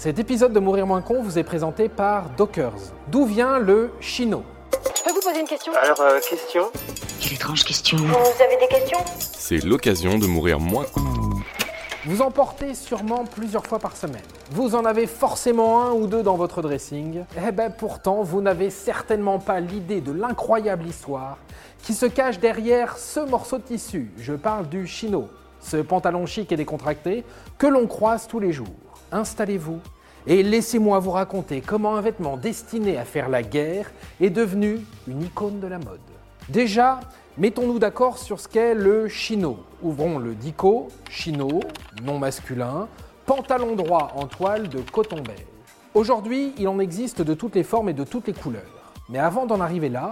Cet épisode de Mourir moins con vous est présenté par Dockers. D'où vient le chino? Je peux vous poser une question? Alors, question? Quelle étrange question. Vous avez des questions? C'est l'occasion de mourir moins con. Vous en portez sûrement plusieurs fois par semaine. Vous en avez forcément un ou deux dans votre dressing. Eh ben pourtant, vous n'avez certainement pas l'idée de l'incroyable histoire qui se cache derrière ce morceau de tissu. Je parle du chino, ce pantalon chic et décontracté que l'on croise tous les jours. Installez-vous et laissez-moi vous raconter comment un vêtement destiné à faire la guerre est devenu une icône de la mode. Déjà, mettons-nous d'accord sur ce qu'est le chino. Ouvrons le dico, chino, nom masculin, pantalon droit en toile de coton beige. Aujourd'hui, il en existe de toutes les formes et de toutes les couleurs. Mais avant d'en arriver là,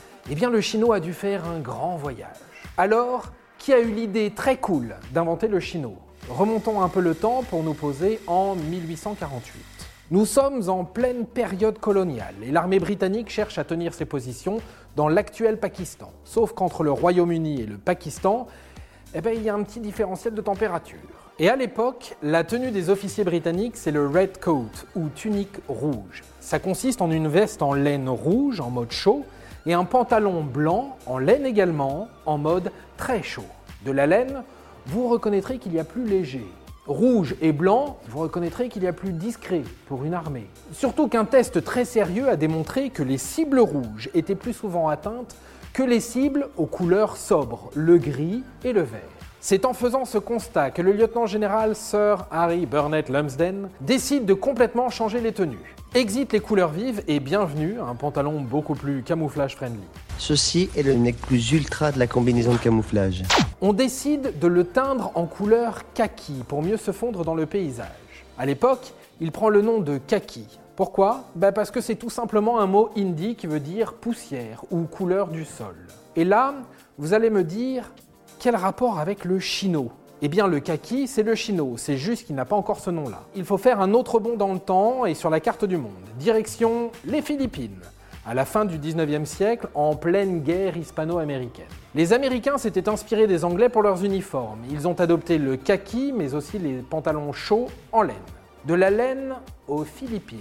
le chino a dû faire un grand voyage. Alors, qui a eu l'idée très cool d'inventer le chino? Remontons un peu le temps pour nous poser en 1848. Nous sommes en pleine période coloniale et l'armée britannique cherche à tenir ses positions dans l'actuel Pakistan. Sauf qu'entre le Royaume-Uni et le Pakistan, il y a un petit différentiel de température. Et à l'époque, la tenue des officiers britanniques, c'est le red coat ou tunique rouge. Ça consiste en une veste en laine rouge en mode chaud et un pantalon blanc en laine également en mode très chaud. De la laine, vous reconnaîtrez qu'il y a plus léger. Rouge et blanc, vous reconnaîtrez qu'il y a plus discret pour une armée. Surtout qu'un test très sérieux a démontré que les cibles rouges étaient plus souvent atteintes que les cibles aux couleurs sobres, le gris et le vert. C'est en faisant ce constat que le lieutenant-général Sir Harry Burnett Lumsden décide de complètement changer les tenues. Exit les couleurs vives et bienvenue à un pantalon beaucoup plus camouflage-friendly. Ceci est le nec plus ultra de la combinaison de camouflage. On décide de le teindre en couleur kaki pour mieux se fondre dans le paysage. À l'époque, il prend le nom de kaki. Pourquoi? Parce que c'est tout simplement un mot hindi qui veut dire poussière ou couleur du sol. Et là, vous allez me dire, quel rapport avec le chino? Le kaki, c'est le chino, c'est juste qu'il n'a pas encore ce nom-là. Il faut faire un autre bond dans le temps et sur la carte du monde. Direction les Philippines, à la fin du 19e siècle, en pleine guerre hispano-américaine. Les Américains s'étaient inspirés des Anglais pour leurs uniformes. Ils ont adopté le kaki, mais aussi les pantalons chauds en laine. De la laine aux Philippines.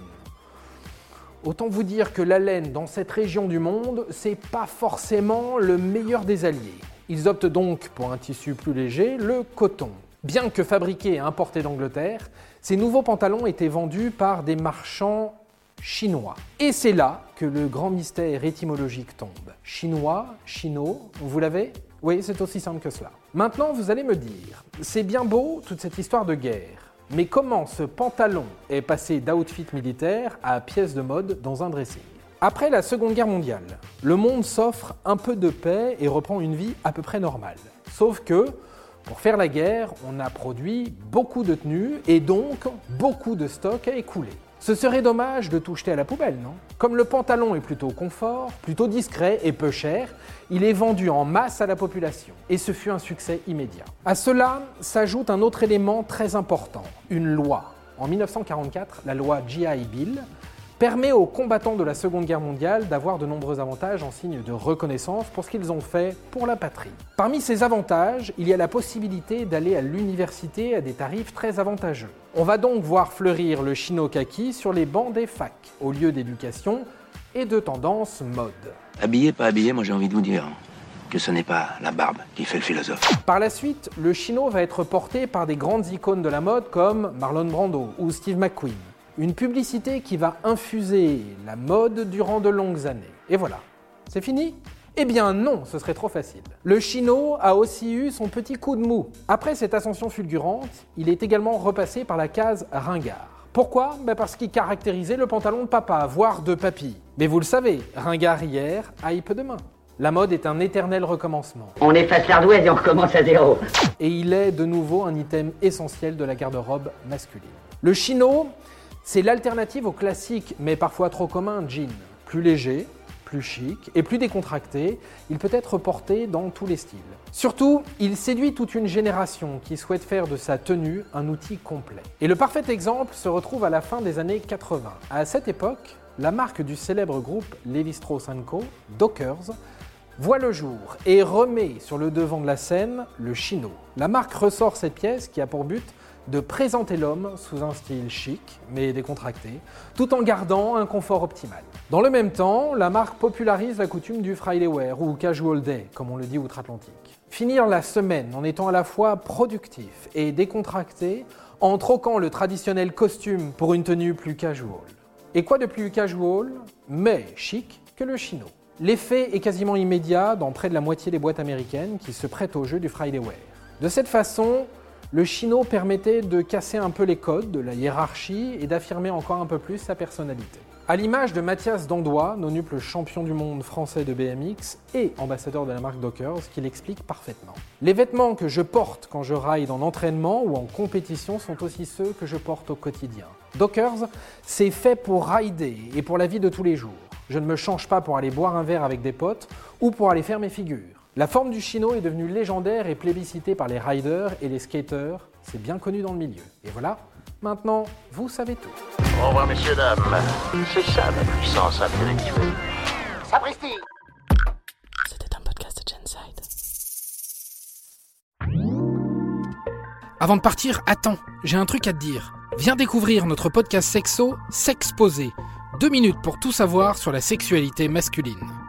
Autant vous dire que la laine dans cette région du monde, c'est pas forcément le meilleur des alliés. Ils optent donc pour un tissu plus léger, le coton. Bien que fabriqués et importés d'Angleterre, ces nouveaux pantalons étaient vendus par des marchands chinois. Et c'est là que le grand mystère étymologique tombe. Chinois, chino, vous l'avez? Oui, c'est aussi simple que cela. Maintenant, vous allez me dire, c'est bien beau toute cette histoire de guerre, mais comment ce pantalon est passé d'outfit militaire à pièce de mode dans un dressing? Après la Seconde Guerre mondiale, le monde s'offre un peu de paix et reprend une vie à peu près normale. Sauf que, pour faire la guerre, on a produit beaucoup de tenues et donc beaucoup de stocks à écouler. Ce serait dommage de tout jeter à la poubelle, non? Comme le pantalon est plutôt confort, plutôt discret et peu cher, il est vendu en masse à la population. Et ce fut un succès immédiat. À cela s'ajoute un autre élément très important, une loi. En 1944, la loi GI Bill permet aux combattants de la Seconde Guerre mondiale d'avoir de nombreux avantages en signe de reconnaissance pour ce qu'ils ont fait pour la patrie. Parmi ces avantages, il y a la possibilité d'aller à l'université à des tarifs très avantageux. On va donc voir fleurir le chino kaki sur les bancs des facs, au lieu d'éducation et de tendance mode. Habillé, pas habillé, moi j'ai envie de vous dire que ce n'est pas la barbe qui fait le philosophe. Par la suite, le chino va être porté par des grandes icônes de la mode comme Marlon Brando ou Steve McQueen. Une publicité qui va infuser la mode durant de longues années. Et voilà, c'est fini? Eh bien non, ce serait trop facile. Le chino a aussi eu son petit coup de mou. Après cette ascension fulgurante, il est également repassé par la case ringard. Pourquoi? Parce qu'il caractérisait le pantalon de papa, voire de papy. Mais vous le savez, ringard hier, hype demain. La mode est un éternel recommencement. On efface l'ardoise et on recommence à zéro. Et il est de nouveau un item essentiel de la garde-robe masculine. Le chino, c'est l'alternative au classique, mais parfois trop commun, jean. Plus léger, plus chic et plus décontracté, il peut être porté dans tous les styles. Surtout, il séduit toute une génération qui souhaite faire de sa tenue un outil complet. Et le parfait exemple se retrouve à la fin des années 80. À cette époque, la marque du célèbre groupe Lévi-Strauss & Co, Dockers, voit le jour et remet sur le devant de la scène le chino. La marque ressort cette pièce qui a pour but de présenter l'homme sous un style chic, mais décontracté, tout en gardant un confort optimal. Dans le même temps, la marque popularise la coutume du Friday wear ou casual day, comme on le dit outre-Atlantique. Finir la semaine en étant à la fois productif et décontracté, en troquant le traditionnel costume pour une tenue plus casual. Et quoi de plus casual, mais chic, que le chino? L'effet est quasiment immédiat dans près de la moitié des boîtes américaines qui se prêtent au jeu du Friday wear. De cette façon, le chino permettait de casser un peu les codes de la hiérarchie et d'affirmer encore un peu plus sa personnalité. À l'image de Mathias Dandois, nonuple champion du monde français de BMX et ambassadeur de la marque Dockers, qui l'explique parfaitement. Les vêtements que je porte quand je ride en entraînement ou en compétition sont aussi ceux que je porte au quotidien. Dockers, c'est fait pour rider et pour la vie de tous les jours. Je ne me change pas pour aller boire un verre avec des potes ou pour aller faire mes figures. La forme du chino est devenue légendaire et plébiscitée par les riders et les skaters. C'est bien connu dans le milieu. Et voilà, maintenant, vous savez tout. Au revoir, messieurs, dames. C'est ça, ma puissance intellectuelle. Sapristi! C'était un podcast de Genside. Avant de partir, attends, j'ai un truc à te dire. Viens découvrir notre podcast sexo, S'exposer. 2 minutes pour tout savoir sur la sexualité masculine.